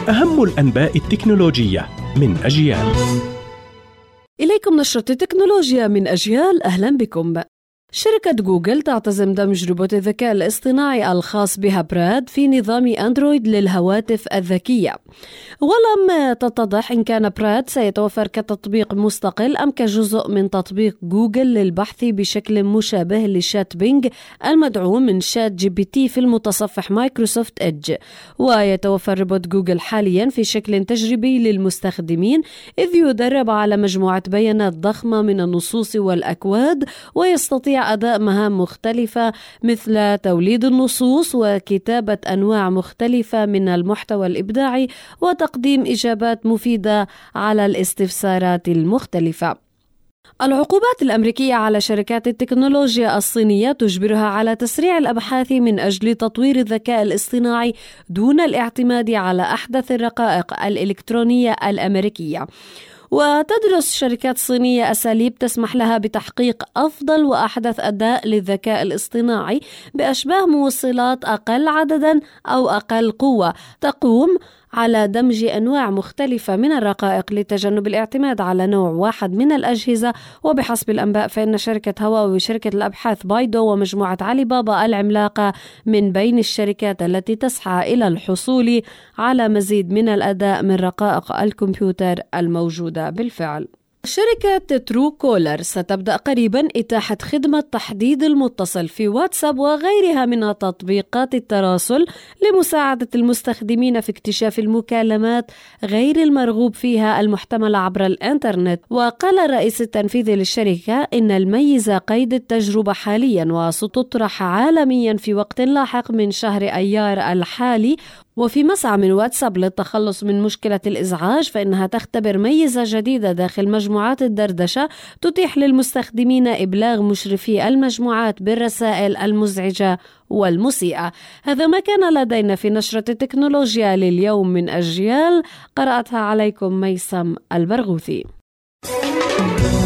أهم الأنباء التكنولوجية من أجيال. إليكم نشرة التكنولوجيا من أجيال، أهلا بكم. شركة جوجل تعتزم دمج روبوت الذكاء الاصطناعي الخاص بها براد في نظام أندرويد للهواتف الذكية، ولم تتضح إن كان براد سيتوفر كتطبيق مستقل أم كجزء من تطبيق جوجل للبحث بشكل مشابه لشات بينج المدعوم من شات جي بي تي في المتصفح مايكروسوفت إدج. ويتوفر روبوت جوجل حاليا في شكل تجريبي للمستخدمين، إذ يدرب على مجموعة بيانات ضخمة من النصوص والأكواد، ويستطيع أداء مهام مختلفة مثل توليد النصوص وكتابة أنواع مختلفة من المحتوى الإبداعي وتقديم إجابات مفيدة على الاستفسارات المختلفة. العقوبات الأمريكية على شركات التكنولوجيا الصينية تجبرها على تسريع الأبحاث من أجل تطوير الذكاء الاصطناعي دون الاعتماد على أحدث الرقائق الإلكترونية الأمريكية. وتدرس شركات صينية أساليب تسمح لها بتحقيق أفضل وأحدث أداء للذكاء الاصطناعي بأشباه موصلات أقل عددا أو أقل قوة، تقوم على دمج أنواع مختلفة من الرقائق لتجنب الاعتماد على نوع واحد من الأجهزة. وبحسب الأنباء فإن شركة هواوي وشركة الأبحاث بايدو ومجموعة علي بابا العملاقة من بين الشركات التي تسعى إلى الحصول على مزيد من الأداء من رقائق الكمبيوتر الموجودة بالفعل. شركة ترو كولر ستبدأ قريبا إتاحة خدمة تحديد المتصل في واتساب وغيرها من تطبيقات التراسل لمساعدة المستخدمين في اكتشاف المكالمات غير المرغوب فيها المحتملة عبر الإنترنت. وقال الرئيس التنفيذي للشركة إن الميزة قيد التجربة حاليا وستطرح عالميا في وقت لاحق من شهر أيار الحالي. وفي مسعى من واتساب للتخلص من مشكلة الإزعاج، فإنها تختبر ميزة جديدة داخل مجموعات الدردشة تتيح للمستخدمين إبلاغ مشرفي المجموعات بالرسائل المزعجة والمسيئة. هذا ما كان لدينا في نشرة التكنولوجيا لليوم من أجيال، قرأتها عليكم ميسم البرغوثي.